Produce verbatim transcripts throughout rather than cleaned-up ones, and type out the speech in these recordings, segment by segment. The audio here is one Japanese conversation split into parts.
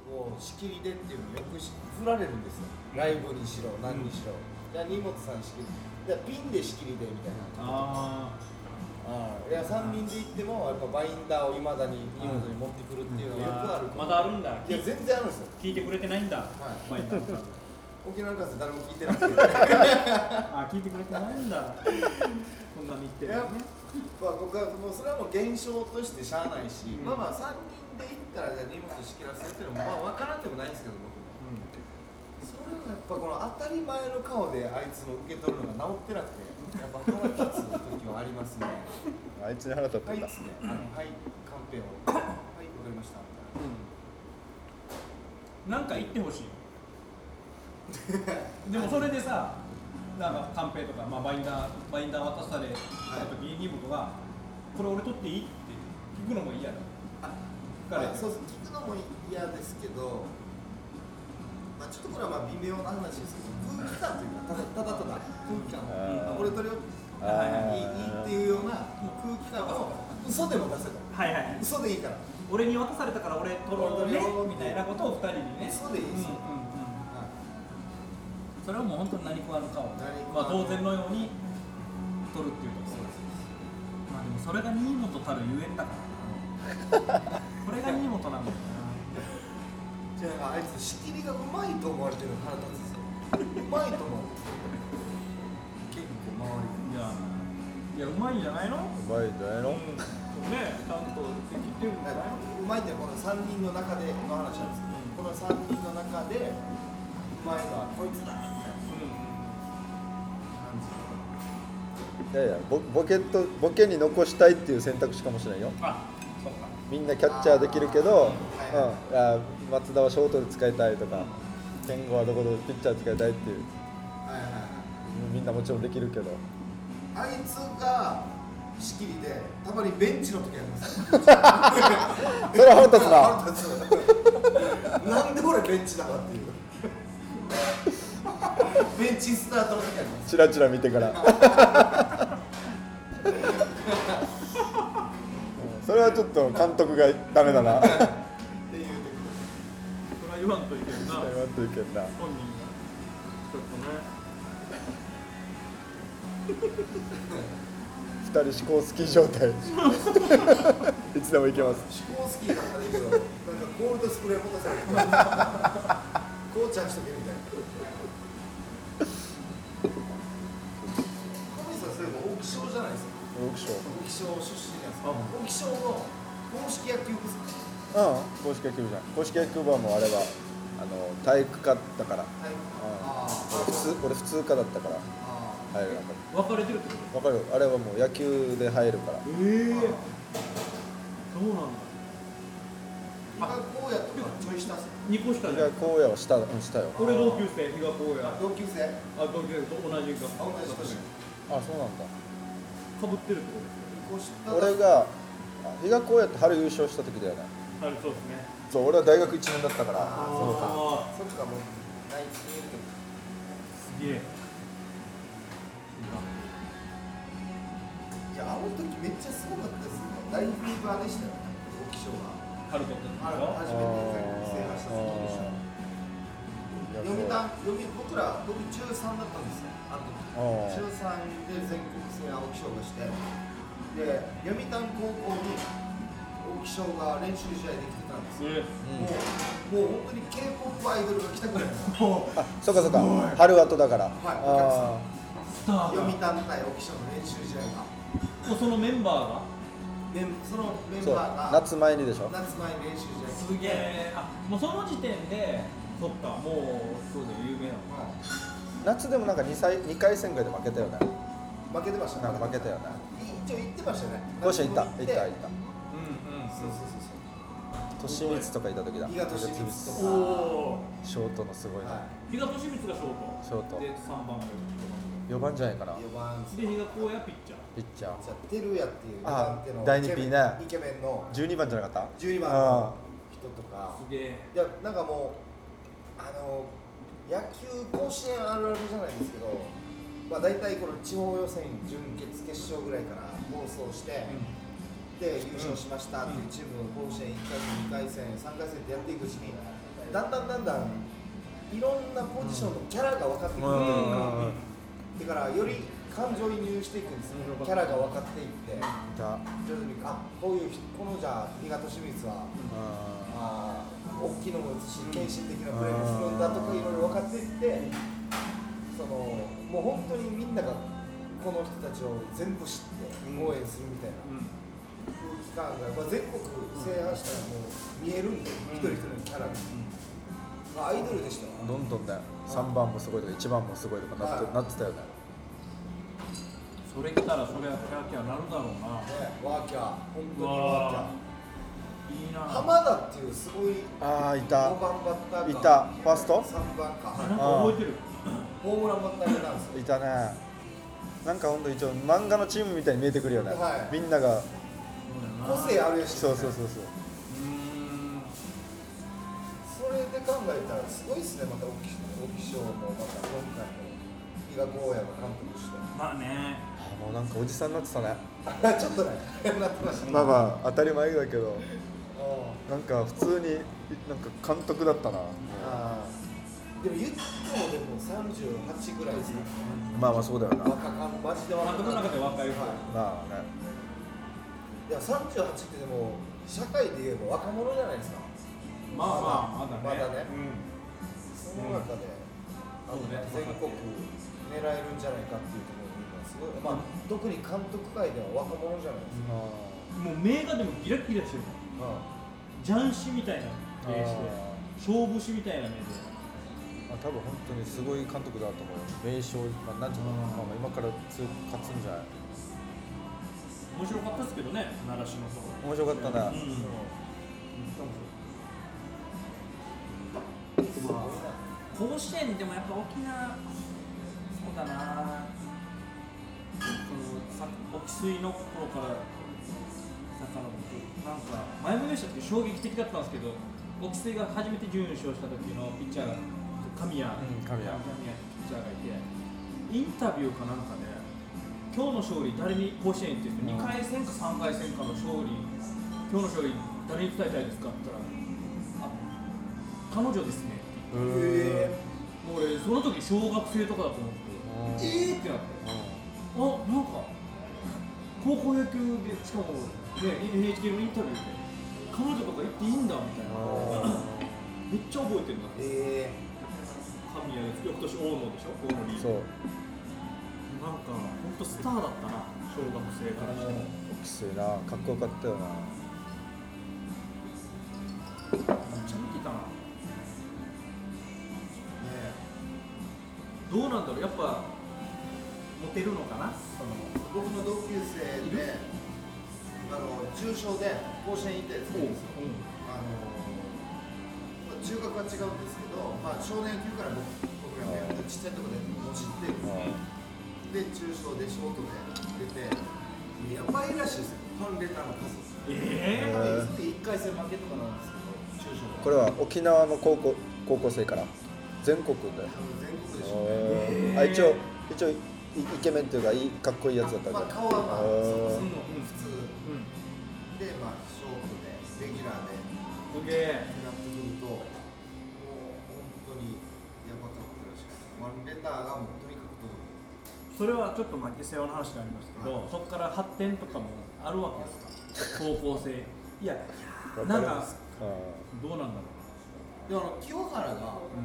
こう仕切りでっていうのよくし振られるんですよ。ライブにしろ何にしろ、じゃあ荷物さん仕切りでピンで仕切りでみたいな。 ああいやさんにんで行ってもやっぱバインダーをいまだに荷物に持ってくるっていうのがよくある。 まだあるんだ。 いや全然あるんですよ。 聞いてくれてないんだ。はい。 沖縄の数誰も聞いてなくてあ、聞いてくれてないんだ。こんなに言ってるね。 まあ僕はもうそれはもう現象としてしゃあないし、うん、まあまあさんにんで行ったらじゃあ荷物仕切らせるっていうのもまあ分からんでもないんですけど僕も、うん、それはやっぱこの当たり前の顔であいつの受け取るのが治ってなくてやっぱ腹立つ時はありますねあいつに腹立ってた。 はいですね、あのはいカンペをはいわかりましたみたいな、うん、なんか言ってほしいでもそれでさ、なんかカンペとか、まあ、バインダーバインダー渡された時に荷物がこれ俺取っていいって聞くのも嫌だ。 あ、まあ、そう聞くのも嫌ですけど、まあ、ちょっとこれはまあ微妙な話ですけど空気感というかただただただ空気感をこれ取りよいいっていうような空気感を嘘でも出せた。 はいはい、 嘘でいいから俺に渡されたから俺取ろうねみたいなことをふたりにね。 嘘でいいですよ、うんうん、 それはもう本当に何食わぬ顔、まあ、当然のように取るっていうところです。まあでもそれが新本たるゆえんだからこれが新本なんだよな。 じゃああいつ仕切りがうまいと思われてるの腹立つですよ。うまいと思う結構周りいやいやうまいんじゃないの。 うまいんじゃないの、うん、 ね、ちゃんとできてるんじゃない。 うまいってこのさんにんの中での話なんですけど、このさんにんの中でうまいのはこいつだみたいな感じ。 いやいや ボ, ボケとボケに残したいっていう選択肢かもしれないよ。 あ、そうか。 みんなキャッチャーできるけど、うん、あ松田はショートで使いたいとか、健吾はどこでピッチャー使いたいっていう、はいはいはい、みんなもちろんできるけど、 あいつが仕切りでたまにベンチの時あります。 それは腹立つな。 腹立つなんで俺ベンチだわっていうベンチスタートの時あります。 チラチラ見てからそれはちょっと監督がダメだなっていう。 それは言わんといけんな。 言わんといけんな。 本人がちょっとねふたり思考スキー状態いつでも行けます。 思考スキーだったらいいけど、なんかゴールドスプレー持たされてこうちゃんしとけみたいな。神さんそれも沖賞じゃないですか。 沖賞沖賞出身なんですか。沖賞の公式野球部ですか。 うん、公式野球部じゃん。公式野球部はもうあれはあの体育科だから、 体育科、 うん、俺普通俺普通科だったから入るなかった。 分かれてるってこと？ 分かる。あれはもう野球で入るから。 ええー、そうなんだ。 比嘉公也とかちょい下っす。 にこ下比嘉公也は下、うん、下よ。 これ同級生、比嘉公也。 同級生？ あ、同級生と同じ学校。 同じ年。 あ、そうなんだ。 かぶってるってことですよ。 俺が比嘉公也って春優勝した時だよね。 春、そうですね。 そう、俺は大学いちねんだったから。 ああ、そうか。そっかもうナイツ見えるけど。 すげえ。 いや、あの時めっちゃすごかったですね。大フィーバーでしたよね。沖賞が。 春とってん初めて制覇した時でした。読谷、読み僕ら僕中さんだったんですよ。あの時。中さんで全国制覇沖賞がして、で読谷高校に沖賞が練習試合できてたんですよ。もうもう本当に K-ポップ アイドルが来たぐらいの。 あ、そうかそうか。春後だから。 はい、お客さん。読谷対沖賞の練習試合が。 そのメンバーが。 そのメンバーが夏前にでしょ。 夏前に練習試合すげえ。あ、もうその時点でそっか、もうそうだよ、有名なの。 夏でもなんかにかい戦ぐらいで負けたよね。 負けてましたね。 なんか負けたよね。 一応行ってましたよね。 甲子園行った行った行った。 うんうん。 そうそうそうそう。利光とかいた時だ。 比嘉利光とか。 ショートのすごいな。 比嘉利光がショート。 ショート。 でさんばんめ。 よばんじゃないかな。 よばんで比嘉公也ピッチャー。 ピッチャー。 じゃあテルヤっていうあ、だいにピーね。 イケメンのじゅうにばんじゃなかった？ じゅうにばんの人とか。 すげえ。 いやなんかもうあの野球甲子園あるあるじゃないですけど、まあ大体この地方予選準決決勝ぐらいから放送して、で優勝しましたっていうチームの甲子園いっかい戦にかい戦さんかい戦ってやっていくうちにだんだんだんだんいろんなポジションのキャラが分かってくるというか、だからより感情移入していくんですね。キャラが分かっていって徐々にあこういうこのじゃあ比嘉寿光はあ大きいのも打つし献身的なプレーをするんだとかいろいろ分かっていってそのもう本当にみんながこの人たちを全部知って応援するみたいな空気感が、まあ、全国制覇したらもう見えるんで、うん、一人一人のキャラが、まあ、アイドルでしたよ。 どんどんねさんばんもすごいとかいちばんもすごいとかなって、はい、なってたよね。 それ来たらそれはキャーキャーなるだろうな、 ね、ワーキャー本当にワーキャーいいな。 浜田っていうすごいあいたごばんバッターいたファーストさんばんかなんか覚えてるホームランバッターなんですよ。 いたね。なんかほんと一応漫画のチームみたいに見えてくるよね、はい、みんなが個性あるし、 そうそうそうそう。 うーんそれで考えたらすごいっすね。また大木賞もまた今回の比嘉公也が監督してまあねもうなんかおじさんになってたねちょっとねなってましたね。 まあまあ当たり前だけどなんか普通になんか監督だったな。 あでも言ってもでもさんじゅうはちぐらいですね。 まあまあそうだよな。 若かんマジで若かんの中で若い方、はい、 まあね。 いやさんじゅうはちってでも社会で言えば若者じゃないですか。 まあまあまだね。 まだね。うん、その中で、うん、あのね、全国狙えるんじゃないかっていうところに今すごい、まあ、特に監督界では若者じゃないですか。 もう目がでもギラギラしてる。ジャンシみたいな目して、勝負師みたいな目で。 まあ、多分本当にすごい監督だと思う。名将、まあ、なんていうの、まあ、今から強く勝つんじゃない。 面白かったですけどね、習志野と。 面白かったな。うん。うんまあ、甲子園でもやっぱ沖縄そうだなそのさ沖水の頃からだから僕なんか前も言いましたけど衝撃的だったんですけど沖水が初めて準優勝した時のピッチャーが神谷、うん、神谷ピッチャーがいてインタビューかなんかで今日の勝利誰に甲子園行ってにかい戦かさんかい戦かの勝利今日の勝利誰に伝えたいですかって言ったらあ彼女ですねへえもう俺その時小学生とかだと思ってえーってなってあなんか高校野球でしかも、ね、エヌエイチケー のインタビューで彼女とか行っていいんだみたいなめっちゃ覚えてるんだへえ神谷で翌年大野でしょ大野リーグそうなんかほんとスターだったな小学生からしてもきついなかっこよかったよなめっちゃ見てたなどうなんだろうやっぱモテるのかなその僕の同級生であの重賞で甲子園行ったやつがいるんですよ、うん、あの中学は違うんですけど、まあ、少年野球から僕らがやってちっちゃいところでも知ってるんですよで重賞でショートで出てやばいらしいですよファンレターの数ええー、いっかい戦負けとかなんですけど重賞これは沖縄の高校高校生から全国で全国でしょうね、 あ一応一応イケメンっていうかいいかっこいいやつだったまあ、まあ、顔はまあその普通、うん、でまあショートでレギュラーでオケーってなってくるともう本当にやばかったらしくてワンレターがもうとにかく届くそれはちょっとまあ世話の話になりましたけど、はい、そこから発展とかもあるわけですか高校生いやなんかどうなんだろうであの清原が、うん、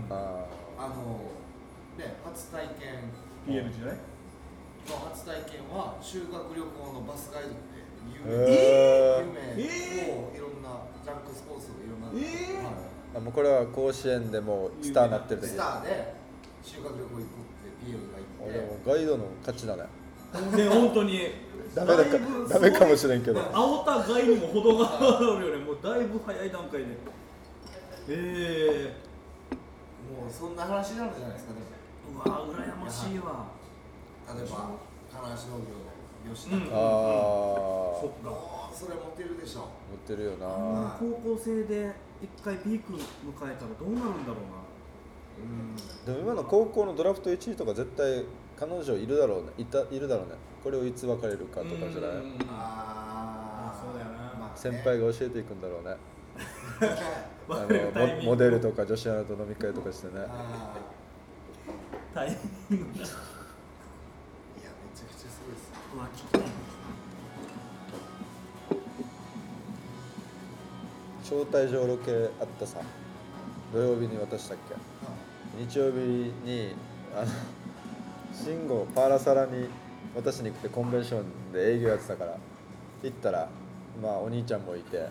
あのね初体験ピーエム 時代の初体験は修学旅行のバスガイドって有名、 えー、有名をいろんなジャンクスポーツをいろんな、えーはい、もうこれは甲子園でもスターになってるスターで修学旅行行くって ピーエム が言って俺もガイドの勝ちだねね本当にダメだかダメかもしれんけど青田ガイにも程があるよねもうだいぶ早い段階でええー、もうそんな話になるじゃないですかねうわ羨ましいわ例えば金足農業の吉田、うん、ああそっかそれ持ってるでしょ持ってるよな高校生で一回ピーク迎えたらどうなるんだろうなうんでも今の高校のドラフトいちいとか絶対彼女いるだろうねいたいるだろうねこれをいつ別れるかとかじゃないああそうだよな、 まあ、先輩が教えていくんだろうねあの モ, モデルとか女子アナと飲み会とかしてね。 タイミングがいやめちゃくちゃすごいですうわ聞きたい招待状ロケあったさ、土曜日に渡したっけ、日曜日にあの慎吾パーラサラに渡しに来てコンベンションで営業やってたから行ったら、まあお兄ちゃんもいて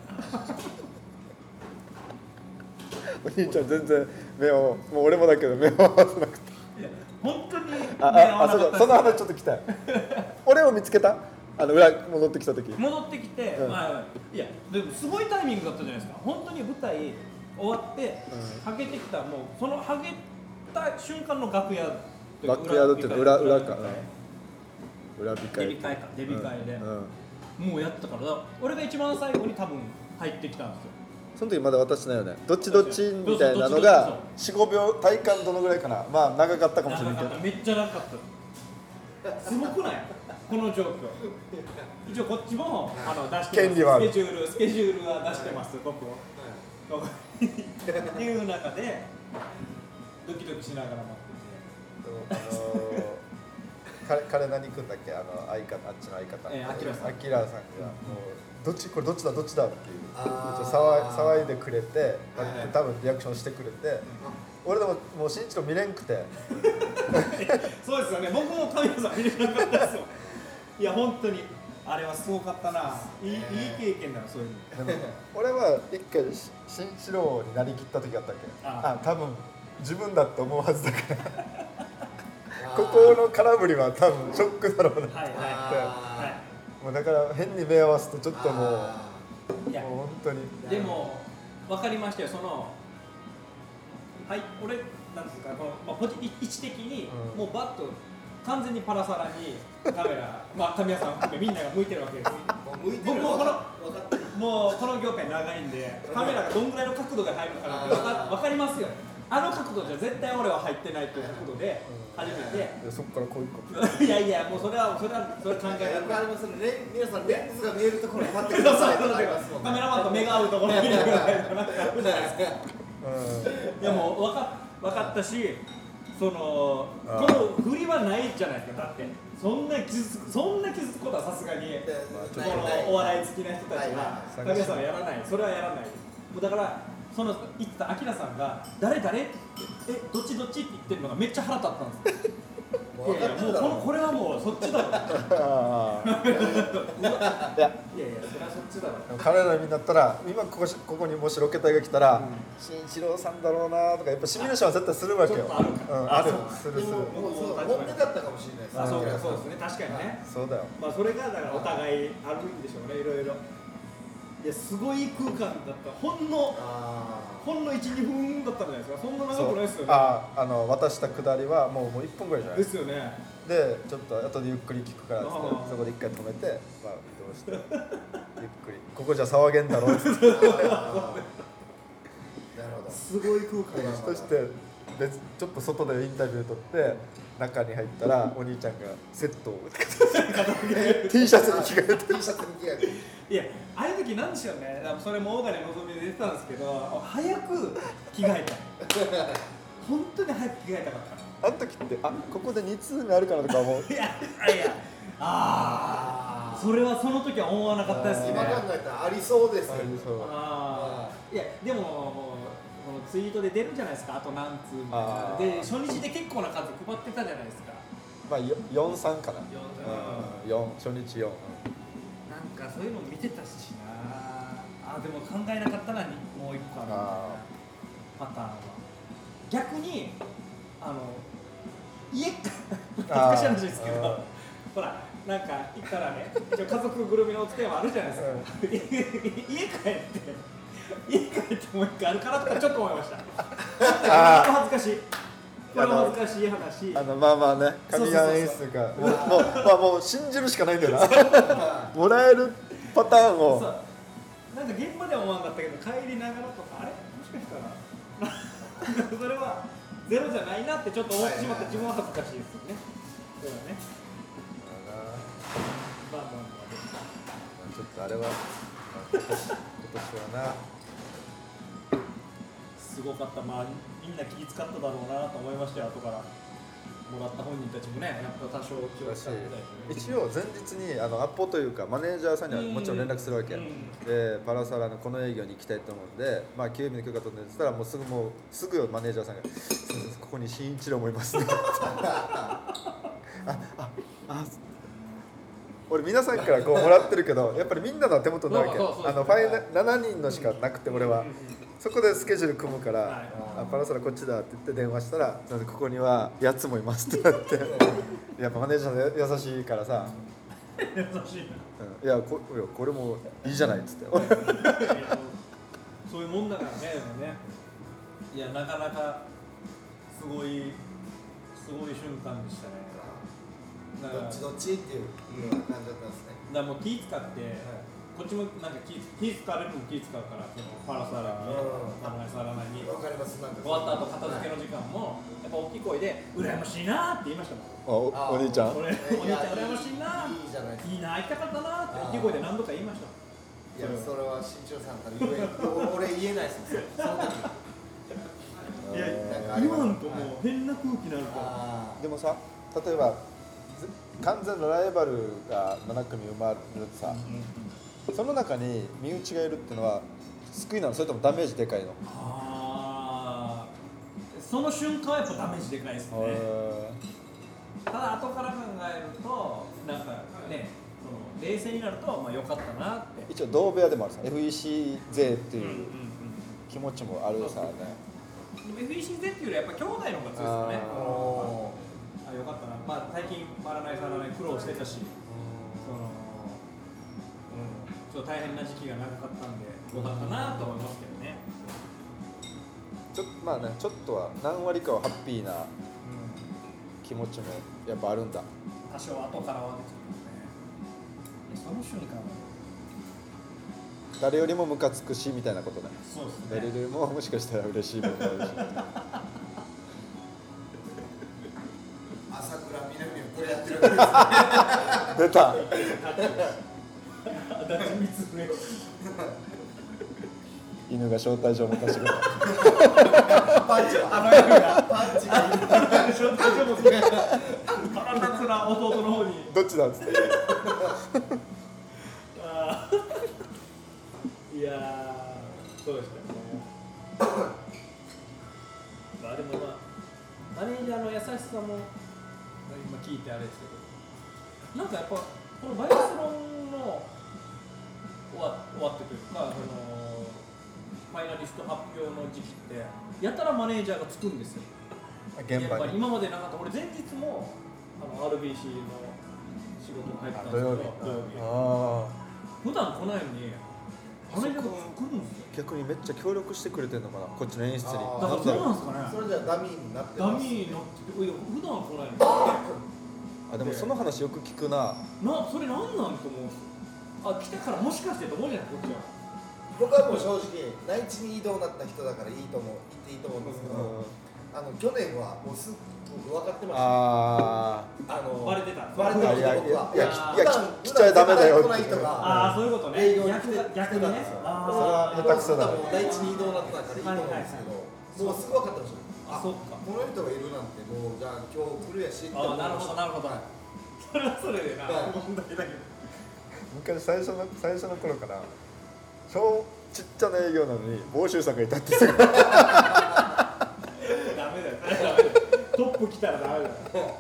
お兄ちゃん全然目を、もう俺もだけど目を合わせなくて、 本当にあああそこその話ちょっと来たい俺を見つけた、あの裏戻ってきた時戻ってきて、うん、まあいやでもすごいタイミングだったじゃないですか。本当に舞台終わって、うん、はげてきた、もうそのはげた瞬間の楽屋、 バックヤードっていうの裏裏か裏控えデビ会かデビ会で、うんうん、もうやったから、俺が一番最後に多分入ってきたんですよ。 その時まだ渡してないよね。どっちどっちみたいなのが よん,ご 秒、体感どのぐらいかな。まあ長かったかもしれないけど、 めっちゃ長かったすごくないこの状況。一応こっちもあの出してます、スケジュールスケジュールは出してます、僕もっていう中でドキドキしながら待ってて、 あのー彼, 彼何君だっけ、あの相方、あっちの相方、 えー、アキラさん、 アキラさんがもうどっちこれどっちだどっちだっていう騒い騒いでくれて、多分リアクションしてくれて、俺でももう新一郎見れんくてそうですよね、僕も神谷さん見れなかったですよいや本当にあれはすごかったな、いい、いい経験だな、そういうの。 でも俺は一回新一郎になりきった時あったっけ、ああ多分自分だって思うはずだからここの空振りは多分ショックだろうなって、はいはいはい、もうだから変に目合わすとちょっともう、もう本当に。 でも分かりましたよ、そのはい俺なんですか、この、まあ、ポジ位置的にもうバッと完全にパラサラにカメラ、まあ神谷さん含めみんなが向いてるわけです。僕もこのもうこの業界長いんで、カメラがどんぐらいの角度で入るかなって分かりますよ。あの角度じゃ絶対俺は入ってないという角度で初めて、 そこからこういうこいやいや、もうそれはそれはそれ考えられない。 皆さんレンズが見えるところに待ってください。 カメラマンと目が合うところに見てくださいとなんかあるじゃないですか。いやもう分か分かったし、そのこの振りはないじゃないですか。だってそんな傷つくそんな傷つくことはさすがにこのお笑い好きな人たちは神谷さんはやらない。それはやらない。もうだからその言ったアキラさんが誰誰ってえどっちどっちって言ってるのがめっちゃ腹立ったんですよ。いやいやもうこのこれはもうそっちだろ。いやいやそれはそっちだろ。 彼らになったら今ここここにもしロケ隊が来たら、新一郎さんだろうなとかやっぱシミュレーションは絶対するわけよ。あるするする。 もう本音だったかもしれないです。 あそうそうですね、確かにね。 そうだよ。 まあそれがだからお互いあるんでしょうね、いろいろ。いやすごい空間だった。ほんのほんのいち、にふんだったんじゃないですか。そんな長くないですよね。 ああの渡したくだりはもうもういっぷんぐらいじゃないですよね。 でちょっと後でゆっくり聞くからっつってそこで一回止めて、まあ移動してゆっくりここじゃ騒げんだろっつってなるほど。 すごい空間だ。 そして別ちょっと外でインタビュー取って中に入ったらお兄ちゃんがセットをT シャツに着替えて T シャツに着替えていやああいう時なんでしょうね。それも大金のぞみで出てたんですけど、早く着替えた本当に早く着替えたかったあの時ってあここでに通目あるかなとか思ういやいやああそれはその時は思わなかったですね。 今考えたらありそうですよ。 あいやでもこのツイートで出るじゃないですか、あと何通みたいなで初日で結構な数配ってたじゃないですか。 まあよん、さんかな。よん、初日よん。 なんかそういうの見てたしなあ。でも考えなかったなにもう一個あるみたいなパターンは。逆にあの家恥ずかしい話ですけどほらなんか行ったらね一応家族ぐるみのお付き合いもあるじゃないですか、うん、家帰って家帰ってもう一回あるかなとかちょっと思いました。あ恥ずかしいこれも恥ずかしい話。 あのまあまあね神谷演出がもうもうまあもう信じるしかないんだよなもらえるパターンをなんか現場では思わなかったけど帰りながらとかあれもしかしたらそれはゼロじゃないなってちょっと思ってしまった自分は恥ずかしいですよね。そうだね。まあまあまあちょっとあれは、まあ、今年今年はなすごかった。まあみんな気使っただろうなと思いましたよ。後からもらった本人たちもね、やっぱ多少気を使ってたり、ね、 一応前日にあのアポというかマネージャーさんにはもちろん連絡するわけ、うん、でパラサラのこの営業に行きたいと思うんで、まあ休日の許可取ってたらもうすぐもうすぐマネージャーさんがここに新一郎もいますねあああ俺皆さんからこうもらってるけどやっぱりみんなの手元になるわけ、あのファイナななにんのしかなくて俺はそこでスケジュール組むから、はい、あパラサラこっちだって言って電話したらここにはやつもいますってなってやっぱマネージャー優しいからさ優しい、 うん、いや こ, いやこれもいいじゃないっつってそういうもんだからね。いやなかなかすごいすごい瞬間でしたね。 どっちどっちっていうような感じだったんですね。 だからもう気使って、はい、こっちもなんか気気使われるのも気使うからそのパラサラにパラサラにわかります。なんか終わった後片付けの時間もやっぱ大きい声で羨ましいなって言いましたもん。 あ お, お兄ちゃん俺お兄ちゃん羨ましいな、 いいじゃないですか、 いいな行きたかったなって大きい声で何度か言いました。 いやそれは新庄さんから言え俺言えないですもんその時いや言わんともう変な空気になるから。 でもさ例えば完全なライバルがなな組生まれるとさ、うん、その中に身内がいるっていうのは救いなのそれともダメージでかいの？ あその瞬間はやっぱダメージでかいですね。ただ後から考えるとなんかねその冷静になるとまあ良かったなって。 一応同部屋でもあるさ エフイーシー 勢っていう気持ちもあるさね。 エフイーシー 勢っていうよりやっぱ兄弟の方が強いですよね。よかったな、まあ、最近回らない回らない苦労してたし、その、うん、ちょっと大変な時期が長かったんでよかったなと思いますけどね。 ちょまあね、ちょっとは何割かはハッピーな気持ちもやっぱあるんだ。 多少後からはですけどね。その瞬間は誰よりもムカつくしみたいなことね。 そうですね。 誰よりももしかしたら嬉しいものがあるし。 朝倉みなみこれやってるわけですね。 出た。犬が招待状を持たせてくれた。 パンチはあの犬がパンチが招待状持ってくれた。腹立つな弟の方に。 どっちだっつって。 いやーそうでしたよね。まあでもまあマネージャーの優しさも今聞いてあれですけど、なんかやっぱこのバイアスロンの終わ、終わってというか、そのファイナリスト発表の時期ってやたらマネージャーがつくんですよ。 現場に。 やっぱり今までなかった。俺前日もあの アールビーシー の仕事に入ってたんですけど、土曜日。あ普段来ないのにマネージャーが来るんですよ。 逆にめっちゃ協力してくれてるのかな、こっちの演出に。だからそうなんですかね。 それじゃダミーになってます。ダミーになってて、いや普段来ないのに。 あでもその話よく聞くな。 なそれなんなんと思うんですよ。あ来たからもしかしてと思うじゃないこっちは。 僕はもう正直内地に異動になった人だからいいと思う言っていいと思うんですけど、あの去年はもうすぐ分かってました。ああのバレてた。 バレてた。 いやい僕は。 いやいや来ちゃダメだよって。 ああそういうことね。 逆逆にね。 ああそれは下手くそだ。 もう内地に異動になったからいいと思うんですけど、もうすぐ分かってました。あそっか。この人がいるなんてもうじゃあ今日来るやしって思いました。 あなるほどなるほど。それはそれでな問題だけど。 昔最初の最初の頃から超ちっちゃな営業なのに房州さんがいたってすごい。ダメだよ。 トップ来たらダメだよ。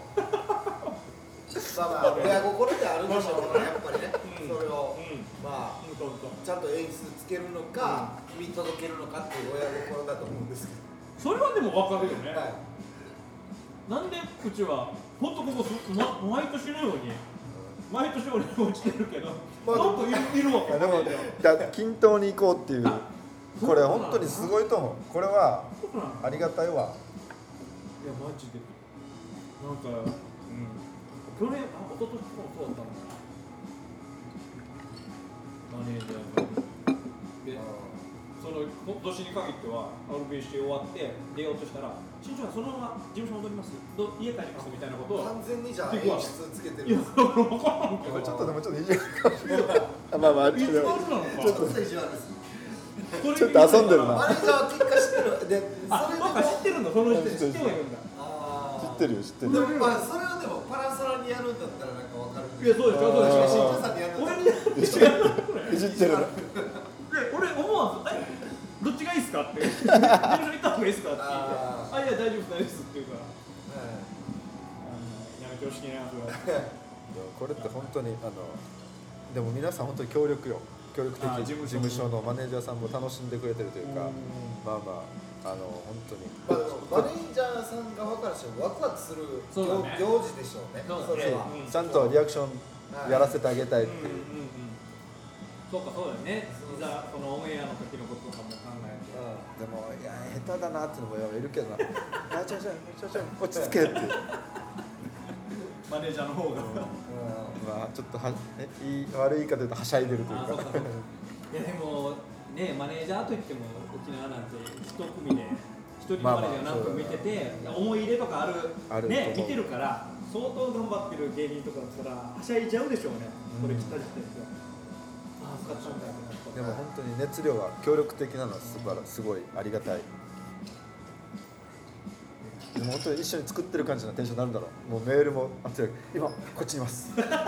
まあまあ親心ってあるんでしょうねやっぱりね。それをまあちゃんと演出つけるのか見届けるのかっていう親心だと思うんですけど。 それはでも分かるよね。なんでうちは本当ここ毎年のように。毎年俺も落ちてるけど、まあ、なんかいるわけでも均等に行こうっていうこれ本当にすごいと思う。これはありがたいわ。いやマジでなんか、うん、去年あ一昨年もそうだったのマネージャーがでその今年に限っては アールビーシー 終わって出ようとしたら新庄さんそのまま事務所戻りますど家帰りますみたいなことを完全にじゃあ演出つけてる。 いや分からんけどちょっとでもちょっと意地悪かもしれない。まあまあちょっとちょっと意地悪です。 ちょっと遊んでるな。 マネージャーは結果知ってる。で、 あ、なんか知ってるの、その人知ってはいるんだ。 知ってるよ、知ってる。 でもまあそれをでもパラソラにやるんだったらなんかわかる。 いや、そうでしょ、そうでしょ。 新庄さんにやるんだったら。 俺にやるんでしょ。 いじってるな。 で、俺思わず、え、どっちがいいですかって。事務所行った方がいいですかって聞いて。あ、いや、大丈夫です、大丈夫ですって言うから。やめてほしいな、それは。 これって本当にあのでも皆さん本当に協力よ。協力的事務, 事務所のマネージャーさんも楽しんでくれてるというか、まあまああの本当に、 まあ、マネージャーさんが分かるしワクワクする行, ね、行事でしょうね。それは、 うん、ちゃんとリアクションやらせてあげたいっていう。 そうか、そうだよね。いざこのオンエアの時のこととかも考えて、 うん、でもいや下手だなっていうのもいるけどな。あ、ちょちょちょちょ落ち着けってマネージャーの方が、うん、 まあちょっとはえいい悪い言い方言うとはしゃいでるというか。 そうかそうかいやでもね、マネージャーといっても沖縄なんて一組で一人のマネージャー何組見てて、まあまあ、思い入れとかある、あるね、見てるから相当頑張ってる芸人とかだったらはしゃいじゃうでしょうね、これ来た時点で。ああ、使ったんだよね。 でも本当に熱量は協力的なのはすばらすごいありがたい。でも本当に一緒に作ってる感じのテンションになるんだろう。もうメールもあって今こっちにいます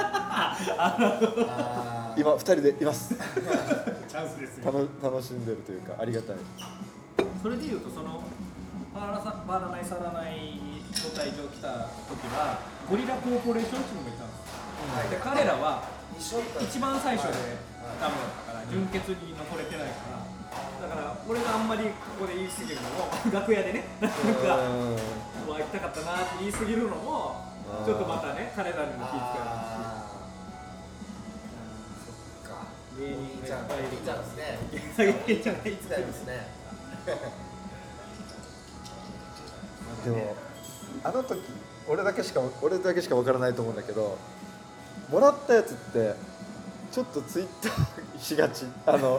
今二人でいますチャンスですよ。 楽しんでるというかありがたい。 それでいうとそのパラさパラないさらない招待状来た時はゴリラコーポレーションチームがいたんですよ、はい、で彼らは一番最初でダメだったから準決に残れてないから、だから俺があんまりここで言い過ぎるのも楽屋でね、なんかうわ行きたかったなって言い過ぎるのもちょっとまたね彼らにも気遣いますし、そっか芸人がいっぱいいるちゃんですね。 芸人ちゃんがいつかですね。 でもあの時俺だけしか俺だけしか分からないと思うんだけど、もらったやつってちょっとツイッターしがち。あの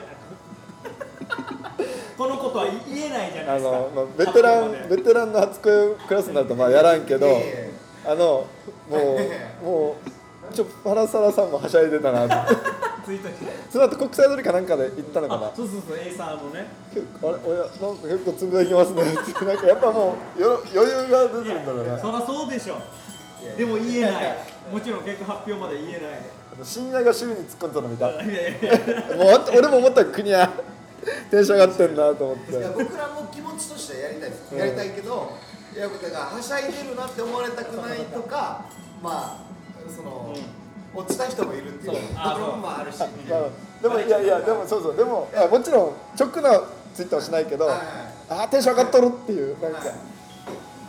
このことは言えないじゃないですか。 あの、まあ、ベテランベテランの初恋クラスになるとまあやらんけど、あのもうもうちょパラサラさんもはしゃいでたなってツイートその後国際通りかなんかで行ったのかな。 そうそうそう、エイサーのね。 あれ、おや、なんか結構つぶやきますねってなんかやっぱもうよ余裕が出てるんだろうな。 そりゃそうでしょ。でも言えない。もちろん結果発表まで言えない。 深夜が週に突っ込んだの見た。もう俺も思った国はテンション上がってんなと思って。 いや僕らも気持ちとしてはやりたいです。やりたいけど、いやだからはしゃいでるなって思われたくないとか、まあその、うん、落ちた人もいるっていうところもあるし。 でもいやいやでもそうそうでもいやもちろん直なツイッターはしないけど、はいはい、ああテンション上がっとるっていうなんか、はい、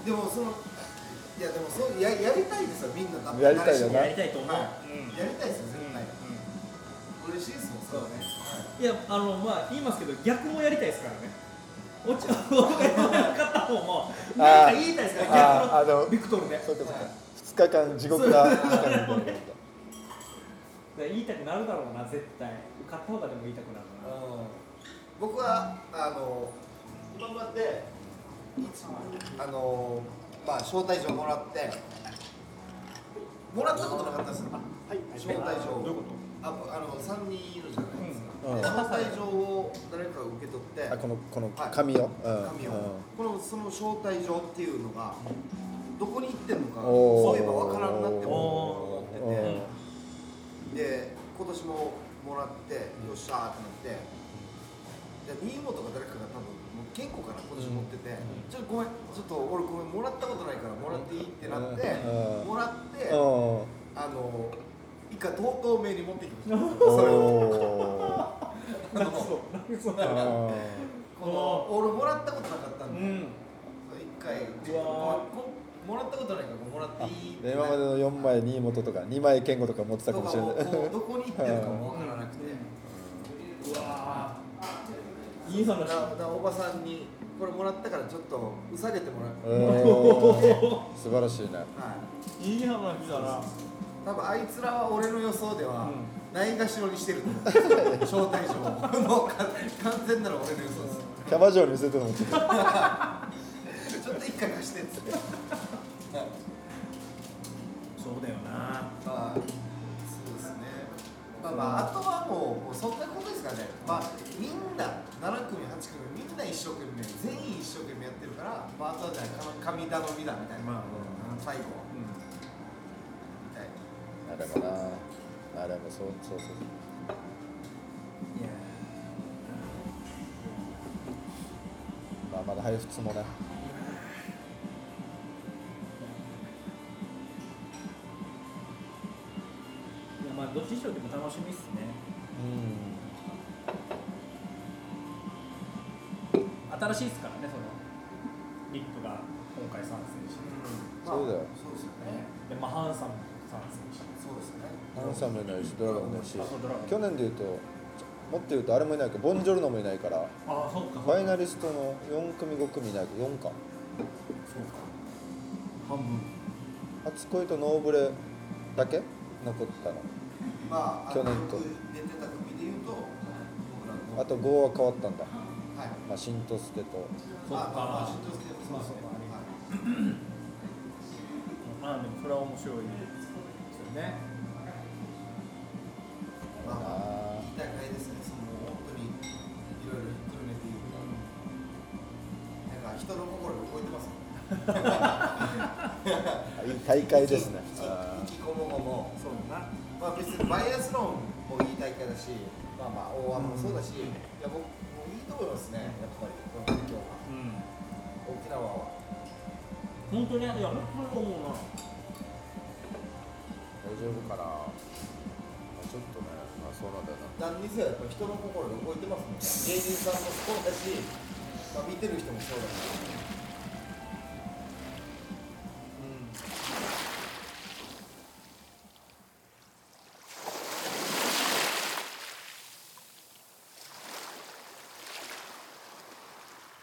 でもそのいやでもそうややりたいですよみんな多分やりたいよな。 やりたいと思う。はいうん、やりたいですよ絶対。うんうん、嬉しいですもんそうね。 いやあのまあ言いますけど逆もやりたいですからね。落ち僕が言わなかった方もなんか言いたいですから逆のビクトルで。 そうかそうか。ふつかかん地獄な時間みたいな。 言いたくなるだろうな絶対。勝った方がでも言いたくなるな。うん、 僕はあの今まであのまあ招待状もらってもらったことなかったんですよ。はい、招待状。どういうこと？ああのさんにんいるじゃないですか。うん、招待状を誰かが受け取って、 あこのこの紙を、 はい、紙を、うん、このその招待状っていうのがどこに行ってんのかそういえばわからんなって思ってて、で今年ももらってよっしゃーってなって、じゃあ新本が誰かが多分もう健康かな今年持ってて、うん、ちょっとごめんちょっと俺ごめんもらったことないからもらっていいってなって、うん、もらって、うん、あの一回とうとう名に持ってきました。それをあのこの俺もらったことなかったんで、うん、一回ちょっともらったことないからもらっていいって今までのよんまい新本とかにまい健吾とか持ってたかもしれない。 どこに行ってるかもわからなくて、 うわーいい話だ。おばさんにこれもらったからちょっとうさげてもらう。 素晴らしいね。はい。いい話だな。 多分あいつらは俺の予想では、うん、ないがしろにしてると思う。招待状もう完全なら俺の予想です。 キャバ嬢に見せてるのもちょっとちょっと一回貸してっつって。 そうだよな。 ああ、そうですね。 まあまあ、あとはもう、もうそんなことですからね、まあ、みんななな組はち組みんな一生懸命全員一生懸命やってるから、まあ、あとはじゃあ神頼みだみたいな、まあ、最後、うん、 あれもなあれもそうそうそういやまあまだ配布もねまあどっちにしろでも楽しみっすね。うん。新しいですからね、そのリップが今回参戦して、 うん、そうだよ。 そうですよね。 で、まあハンサム参戦して、 そうですよね。 ハンサムになるし、ドラゴンだし、去年でいうともっと言うとあれもいないけどボンジョルノもいないから、 ああそうか。 ファイナリストのよん組ご組いないけどよんか。 そうか。半分。 初恋とノーブレだけ残ったの。 まあ、 去年と出てた組でいうとあとごは変わったんだ、 はい、 まあ新とすけとそうか、まあ新とすけとそうそうありまあでもそれは面白いですよね。 まあまあいい大会ですね。その本当にいろいろひっくるめて言うと、なんか人の心を超えてますいい大会ですね。 意気込もごもそうだな。 まあ別にバイアスロンもいい大会だし、まあまあ大湾もそうだし、うん、いや僕もいいと思いますね。やっぱりこの環境は、うん、沖縄は本当にいや本当に思うな。 大丈夫かな。ちょっとね、まあそうなんだよな。 何にせよやっぱ人の心が動いてますもんね。芸人さんもそうだし、まあ、見てる人もそうだし。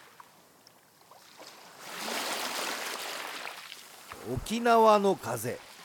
沖縄の風。